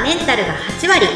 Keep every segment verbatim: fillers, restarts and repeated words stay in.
メンタルがはちわり。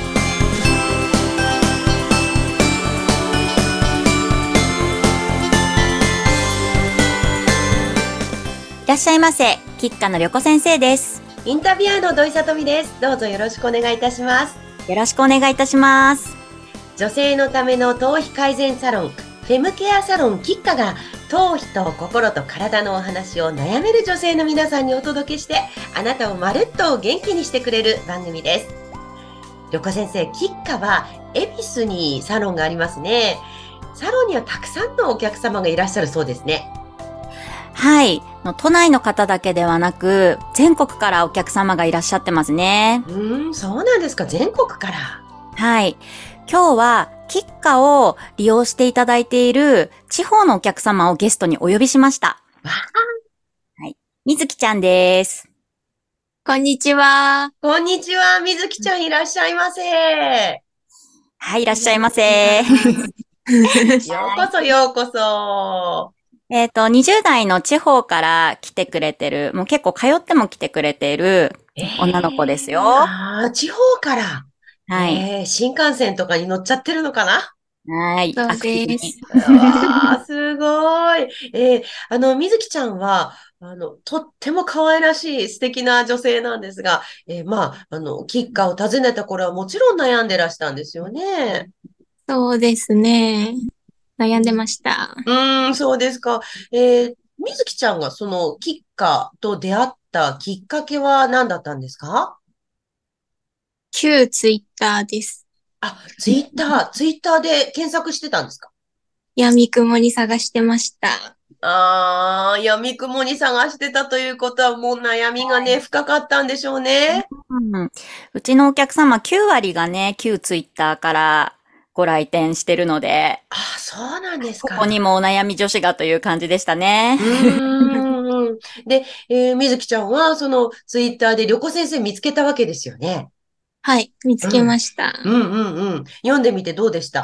いらっしゃいませ。キッカのりょこ先生です。 インタビュアーの土井さとみです。どうぞよろしくお願いいたします。 よろしくお願いいたします。 女性のための頭皮改善サロン、フェムケアサロンキッカが頭皮と心と体のお話を悩める女性の皆さんにお届けして、あなたをまるっと元気にしてくれる番組です。りょこ先生、キッカは恵比寿にサロンがありますね。サロンにはたくさんのお客様がいらっしゃるそうですね。 はい。都内の方だけではなく、全国からお客様がいらっしゃってますね。 うーん、そうなんですか。全国から。 はい。今日は、キッカを利用していただいている地方のお客様をゲストにお呼びしました。 わはい。みずきちゃんです。 こんにちは。 こんにちは。みずきちゃんいらっしゃいませ。 はい、いらっしゃいませ。 ようこそようこそ。 えっと、にじゅう代の地方から来てくれてる、もう結構通っても来てくれている女の子ですよ。えー、 ああ、地方から。 はい、 えー。新幹線とかに乗っちゃってるのかな。 はい。 そうです。 わー、すごい。えー、あの、みずきちゃんは、あの、とっても可愛らしい素敵な女性なんですが、えー、まあ、あの、キッカを訪ねた頃はもちろん悩んでらしたんですよね。 そうですね。悩んでました。 うーん、そうですか。えー、みずきちゃんがそのキッカと出会ったきっかけは何だったんですか？ 旧ツイッターです。 あ、ツイッター、ツイッターで検索してたんですか？ 闇雲に探してました。 あー、闇雲に探してたということはもう悩みがね、深かったんでしょうね。 うん、うちのお客様きゅう割がね、旧ツイッターからご来店してるので。 あ、そうなんですか。 ここにもお悩み女子がという感じでしたね。 うーん。で、えー、みずきちゃんはそのツイッターでりょこ先生見つけたわけですよね。 はい、見つけました。 うん、うんうんうん。読んでみてどうでした？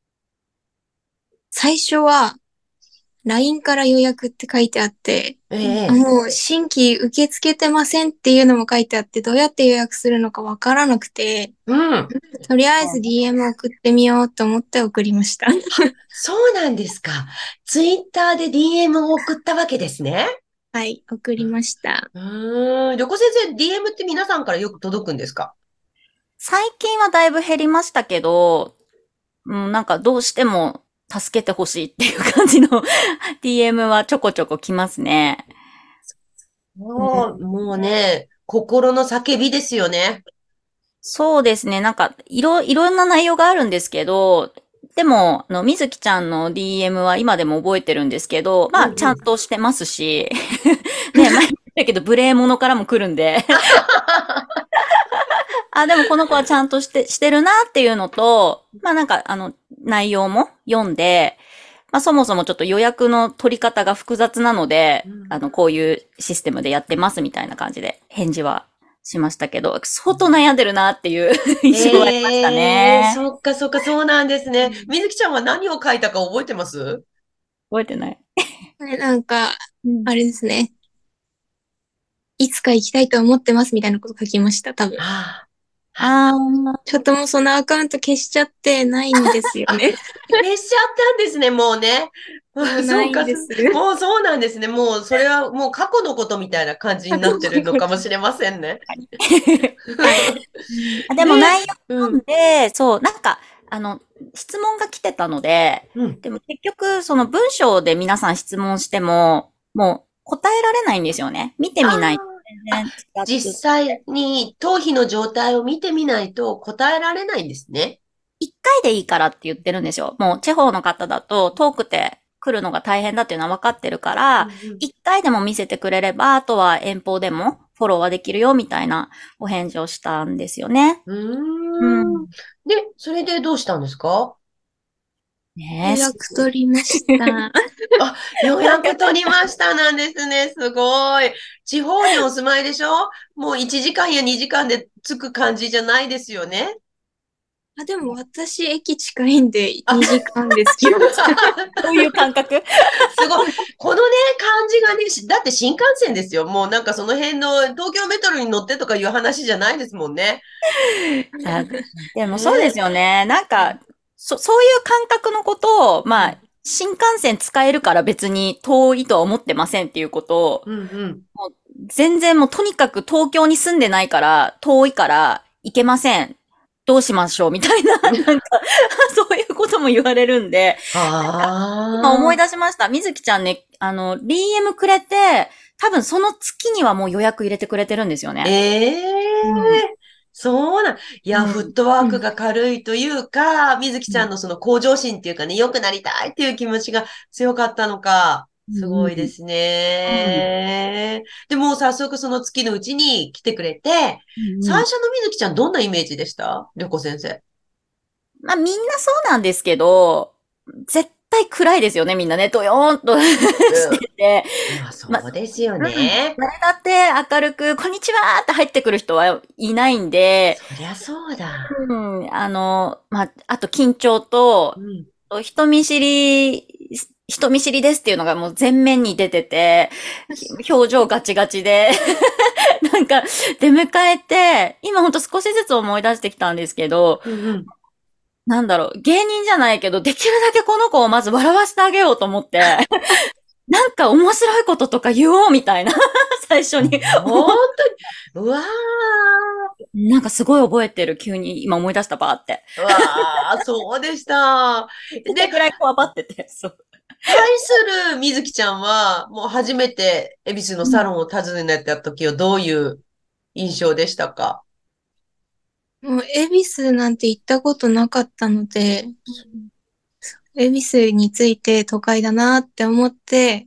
最初は、ライン から予約って書いてあって、 ええ、 もう新規受け付けてませんっていうのも書いてあって、どうやって予約するのかわからなくて、 うん。 とりあえず ディーエム 送ってみようと思って送りました。 そうなんですか。ツイッターで ディーエム を送ったわけですね。 はい、送りました。 うーん。りょこ先生、ディーエム って皆さんからよく届くんですか？ 最近はだいぶ減りましたけど、うん、なんかどうしても助けてほしいっていう感じのディーエム はちょこちょこ来ますね。 もう、もうね、心の叫びですよね。 そうですね。なんか、いろ、いろんな内容があるんですけど、でも、あの、みずきちゃんの ディーエム は今でも覚えてるんですけど、まあ、 うんうん、 ちゃんとしてますし、ね、前言ったけど、無礼者からも来るんで、あ、でもこの子はちゃんとして、してるなっていうのと、まあなんか、あの、内容も読んで、まあそもそもちょっと予約の取り方が複雑なので、 うん、 あの、こういうシステムでやってますみたいな感じで返事はしましたけど、相当悩んでるなっていう印象がありましたええー、 ね。 そっかそっか、そうなんですね。みずきちゃんは何を書いたか覚えてます？ 覚えてない。 なんか、あれですね。いつか行きたいと思ってますみたいなこと書きました、多分。 ああ。 あちょっともうそのアカウント消しちゃってないんですよね。 消しちゃったんですね、もうね。 もうなそうか、 いんです。 もうそうなんですね。もう、それはもう過去のことみたいな感じになってるのかもしれませんね。 あ、でも内容うん、 読んで、そう、なんか、あの、質問が来てたので、 うん。 でも結局、その文章で皆さん質問しても、もう答えられないんですよね。見てあみないとあ、あ、 全然違って実際に頭皮の状態を見てみないと答えられないんですね。 一回でいいからって言ってるんですよ。もう地方の方だと遠くて来るのが大変だっていうのは分かってるかうんら、 うん、 一回でも見せてくれれば、あとは遠方でもフォローはできるよみたいなお返事をしたんですよね。 ううーん。 ん。 で、それでどうしたんですか？ ねえ、す予約取りました。 あ、予約取りましたなんですね。すごい。地方にお住まいでしょ？もういちじかんやにじかんで着く感じじゃないですよね。 あ、でも私駅近いんであ、 にじかんですけど。 そういう感覚。 すごい。このね、感感じがね、しだって新幹線ですよ。もうなんかその辺の東京メトロに乗ってとかいう話じゃないですもんね。 あ、でもそうでね。 すよね。なんか、そ、そういう感覚のことを、まあ、新幹線使えるから別に遠いとは思ってませんっていうことを、 うんうん。 もう全然もうとにかく東京に住んでないから遠いから行けません。どうしましょうみたいな、なんかそういうことも言われるんで、なんか今思いああ。 出しました。みずきちゃんね、あの、ディーエム くれて、多分その月にはもう予約入れてくれてるんですよね。 えうん。 え、そうなん。いや、フッうん。 トワークうん。 が軽いというか、みずきうん。 ちゃんのその向上心っていうかね、良くなりたいっていう気持ちが強かったのか、すうん。 ごいですうん。 ね。でもう早速その月のうちに来てくれて、 うん。 最初のみずきちゃんどんなイメージでしたりょこ先生？ まあみんなそうなんですけど、絶対暗いですよね、みんなね。ドヨーンとしてて。 うん。まあまあ、 そうですようん。 ね。 誰だって明るく、こんにちはーって入ってくる人はいないんで、 そりゃそうだ。 うん、あの、まあ、あと緊張と、 うん。 人見知り、人見知りですっていうのがもう全面に出てて、表情ガチガチで、なんか出迎えて、今ほんと少しずつ思い出してきたんですけど、 うんうん。 なんだろう、芸人じゃないけど、できるだけこの子をまず笑わせてあげようと思って、なんか面白いこととか言おうみたいな、最初に。 本当に。うわなんかすごい覚えてる、急に今思い出したばーって。 ー。うわー、そうでした。で、 それぐらいこわばってて、そう。 対するみずきちゃんは、もう初めて恵比寿のサロンを訪ねた時はどういう印象でしたか？ もう、恵比寿なんて行ったことなかったので、恵比寿について都会だなって思って、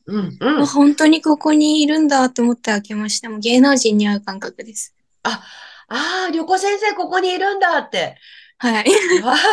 うんうあ、 ん。 本当にここにいるんだって思って開けました。もう芸能人に会う感覚です。 あ、ああ、旅行先生ここにいるんだって。 はい。 わあ、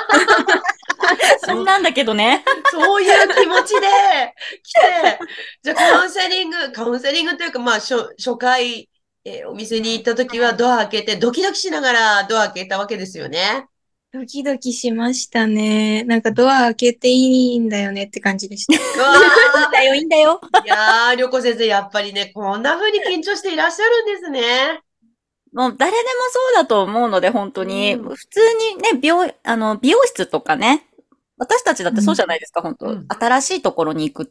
そう、 そんなんだけどね。 そういう気持ちで来て、じゃあカウンセリング、カウンセリングというか、まあ、初、初回、えーお店に行った時はドア開けて、ドキドキしながらドア開けたわけですよね。 ドキドキしましたね。なんかドア開けていいんだよねって感じでした。 うわあ、 いいんだよ、いいんだよ。 いやー、りょこ先生、やっぱりね、こんな風に緊張していらっしゃるんですね。 もう誰でもそうだと思うので、本当に。 うん、 普通にね、美容、あの、美容室とかね。私たちだってそううん。 じゃないですか、本当うん。 新しいところに行くって、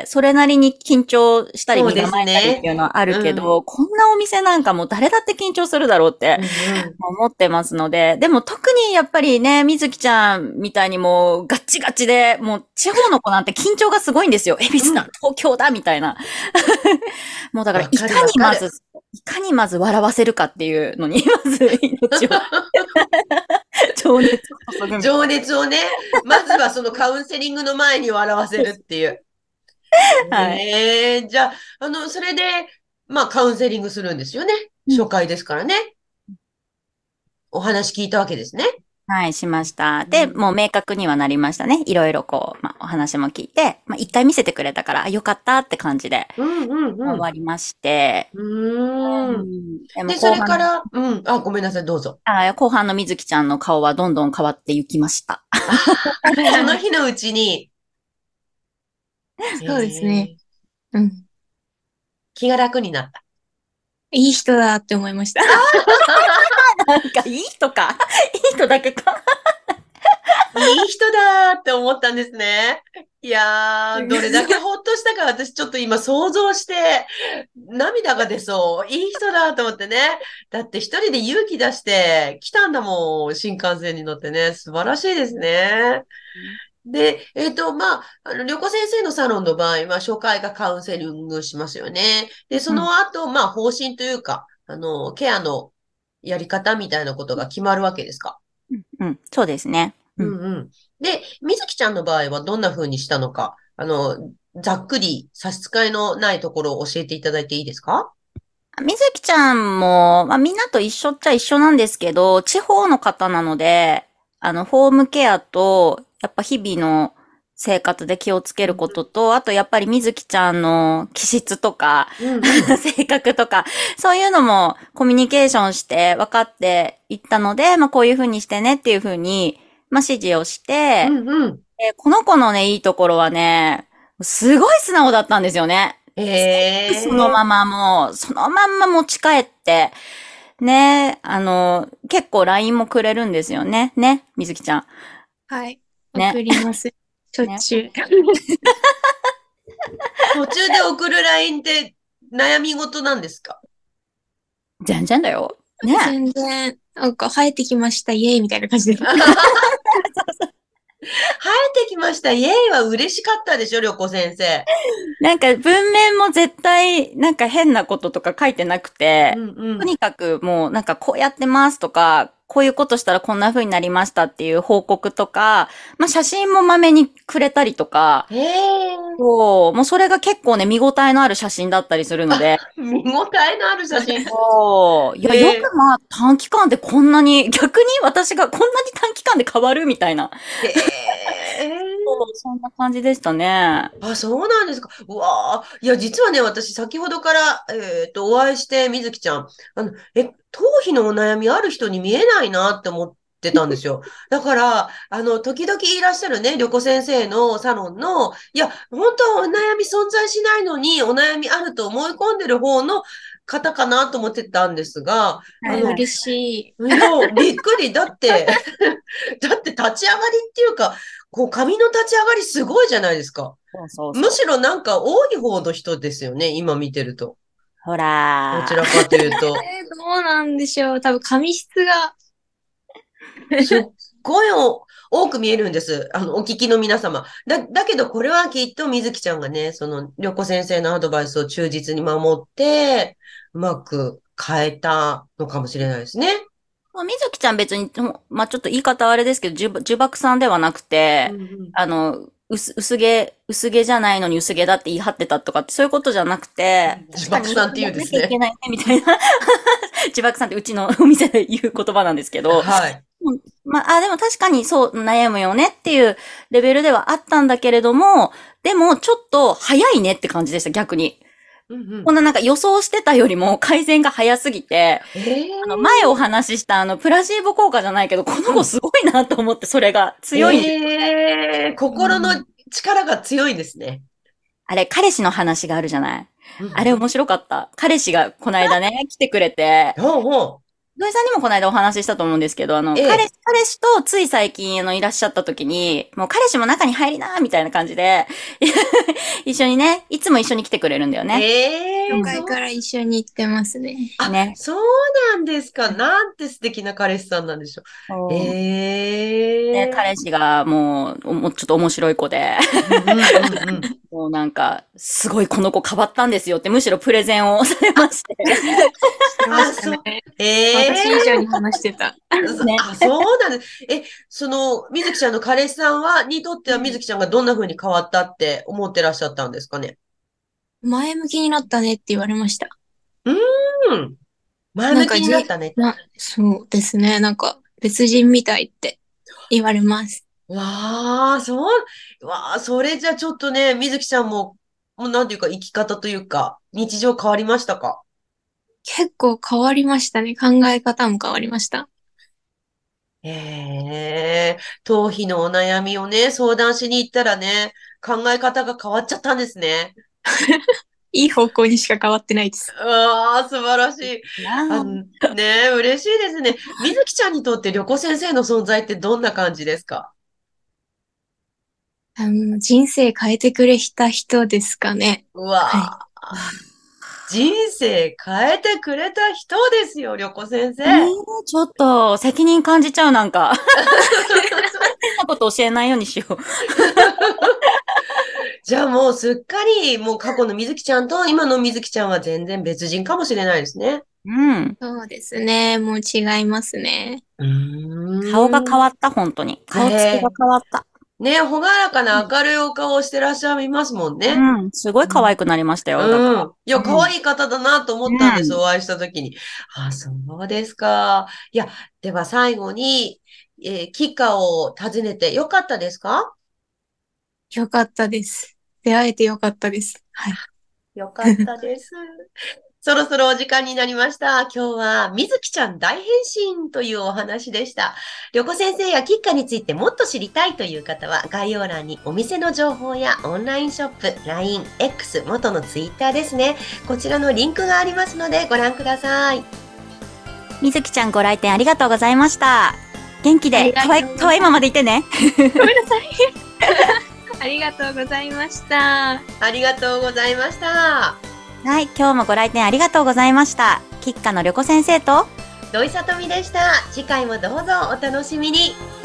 それなりに緊張したりそうで身構えたりってすね。 いうのはあるけうん、 ど、こんなお店なんかもう誰だって緊張するだろうってうん、うん。 思ってますので、でも特にやっぱりね、みずきちゃんみたいにもうガッチガチで、もう地方の子なんて緊張がすごいんですよ。恵比寿だ、 うん。 東京だ、みたいな。もうだから、いわかるわかる。 かにまず、いかにまず笑わせるかっていうのに、まず命を、情熱を注ぐみたい情熱をね、まずはそのカウンセリングの前に笑わせるっていう。 な。はい。 ええ、じゃあ、あの、それで、まあ、カウンセリングするんですよね。 うん。 初回ですからね。お話聞いたわけですね。 はい、しました。で、 うん。 もう明確にはなりましたね。いろいろこう、まあ、お話も聞いて、まあ、一回見せてくれたから、あよかったって感じでうんうんうん。 終わりまして、 ううーん。 ん。でもで、そ後半、 れから、うん。あ、ごめんなさい、どうぞ。 あ、後半のみずきちゃんの顔はどんどん変わっていきました。 ああ、その日のうちに、 そうですね。 ええ、 うん。 気が楽になった。 いい人だって思いました。 なんかいい人かいい人だけか。 いい人だーって思ったんですね。いやー、どれだけほっとしたか私ちょっと今想像して涙が出そう。いい人だと思ってね。だって一人で勇気出して来たんだもん。新幹線に乗ってね。素晴らしいですね。で、えっと、まあ、あの、旅行先生のサロンの場合は初回がカウンセリングしますよね。で、そうん。 の後、まあ、方針というか、あの、ケアのやり方みたいなことが決まるわけですか？ うん。そうですね。うん。 うんうん。で、みずきちゃんの場合はどんな風にしたのか、あの、ざっくり差し支えのないところを教えていただいていいですか？ みずきちゃんも、まあ、みんなと一緒っちゃ一緒なんですけど、地方の方なので、あの、ホームケアと、やっぱ日々の生活で気をつけることと、あとやっぱりみずきちゃんの気質とか、 うんうん。 性格とか、そういうのもコミュニケーションして分かっていったので、まあこういう風にしてねっていう風に、まあ指示をしうて、 んうん。 でこの子のね、いいところはね、すごい素直だったんですよね。 えそのまえまもう、そのまんま持ち帰って、ね、あの、結構 ライン もくれるんですよね。ね、みずきちゃん。 はい。 ね。 送ります。しょっね。 ちゅう。 途中で送る ライン って悩み事なんですか？ 全然だよ。ね。 全然、なんか生えてきました、イエーイみたいな感じで。 生えてきました。イエーイは嬉しかったでしょ、りょこ先生。 なんか文面も絶対なんか変なこととか書いてなくて、 うんうん。 とにかくもうなんかこうやってますとか、こういうことしたらこんな風になりましたっていう報告とか、まあ写真もまめにくれたりとか、 ええそう、もうそれが結構ね、見応えのある写真だったりするのあ、 で、 見応えのある写真。 そう、いや、よえくまあ短期間でこんなに、逆に私がこんなに短期間で変わるみたいな、 ー、えー、 そう、そんな感じでしたね。 あ、そうなんですか。うわあ、いや、実はね、私、先ほどから、えっと、お会いして、みずきちゃん、あの、え、頭皮のお悩みある人に見えないなって思ってたんですよ。だから、あの、時々いらっしゃるね、りょこ先生のサロンの、いや、本当はお悩み存在しないのに、お悩みあると思い込んでる方の方かなと思ってたんですが、あはい、 の、 嬉しい。 いや、びっくり。だって、だって立ち上がりっていうか、こう、髪の立ち上がりすごいじゃないですか。 そうそうむしそう。 ろなんか多い方の人ですよね、今見てると。 ほらー。 どちらかというと。 えー、どうなんでしょう。多分、髪質が。 すっごいお多く見えるんです。あの、お聞きの皆様。だ、だけどこれはきっと水木ちゃんがね、その、りょこ先生のアドバイスを忠実に守って、うまく変えたのかもしれないですね。 まあ、みずきちゃん別に、もまあ、ちょっと言い方はあれですけど、呪呪縛さんではなくて、 うんうん。 あの、薄、薄毛、薄毛じゃないのに薄毛だって言い張ってたとかってそういうことじゃなくて、 自確かにや爆さんっていうんなですね。 きゃいけないね、みたいな。呪縛さんってうちのお店で言う言葉なんですけど、 はい。 うんまあ、あ、でも確かにそう悩むよねっていうレベルではあったんだけれども、でもちょっと早いねって感じでした、逆に。 うんうん。 こんななんか予想してたよりも改善が早すぎて、 えあの、前おえ話ししたあの、プラシーボ効果じゃないけど、このうん。 子すごいなと思って、それが強いんです。 ええ心のうん、 力が強いんですね。 あれ、彼氏の話があるじゃない。あれうん面白かった。彼氏がこの間ね、来てくれて、 うん。ほうほう。 土井さんにもこの間お話ししたと思うんですけど、あの、彼、 ええ。 彼氏とつい最近あのいらっしゃった時に、もう彼氏も中に入りなみたいな感じで、一緒にね、いつも一緒に来てくれるんだよね。 ええ、 初うん。 回から一緒に行ってますね。 あ、 ね。 そうなんですか。なんて素敵な彼氏さんなんでしょう。 そうで、 ええ彼氏がもう、おもちょっと面白い子で、 うんうんうんうん。 もうなんか、すごいこの子変わったんですよって、むしろプレゼンをされまして。 してまあ、 したね。 そう。え私以上えに話してた。 そね。 あ、そうなんです。え、その、水木ちゃんの彼氏さんは、にとってはうん。 水木ちゃんがどんな風に変わったって思ってらっしゃったんですかね。 前向きになったねって言われました。 うーん。前向きになっなんかじ、 たね。 な、そうですね。なんか別人みたいって言われます。 わあ、そう、わあ、それじゃちょっとね、水木ちゃんも、もうなんていうか、生き方というか、日常変わりましたか？ 結構変わりましたね。考え方も変わりました。 ええ、頭皮のお悩みをね、相談しに行ったらね、考え方が変わっちゃったんですね。 いい方向にしか変わってないです。 ああ、素晴らしい。あなの、ねえ、嬉しいですね。水木ちゃんにとって旅行先生の存在ってどんな感じですか？ あの、人生変えてくれた人ですかね。 うはい。 わあ、人生変えてくれた人ですよ、旅行先あ。ね生。 え、ちょっと責任感じちゃう、なんか。変なこと教えないようにしよう。 じゃあもうすっかり、もう過去の水木ちゃんと今の水木ちゃんは全然別人かもしれないですね。 うん。 そうですね。もう違いますね。 う顔がーん。 変わった、本当に。顔つきがね変わった。 え。ねえ、ほがらかなうん。 明るいお顔をしてらっしゃいますもんね。 うん。すごい可愛くなりましたよ、だかうん。いや、 ら。うん。 可愛い方だなと思ったんです、 うん。 お会いしたときに。あ、そうですか。いや、では最後に、えー、キッカを訪ねてよかったですか？ よかったです。出会えてよかったです。はい。 よかったです。そろそろお時間になりました。今日は、みずきちゃん大変身というお話でした。りょこ先生やキッカについてもっと知りたいという方は、概要欄にお店の情報やオンラインショップ、ライン、X、元のツイッターですね。こちらのリンクがありますのでご覧ください。 みずきちゃんご来店ありがとうございました。元気で、かわい、かわいいままでいてね。 ごめんなさい。ありがとうございました。 ありがとうございました。 はい、今日もご来店ありがとうございました。キッカのりょこ先生と土井さとみでした。次回もどうぞお楽しみに。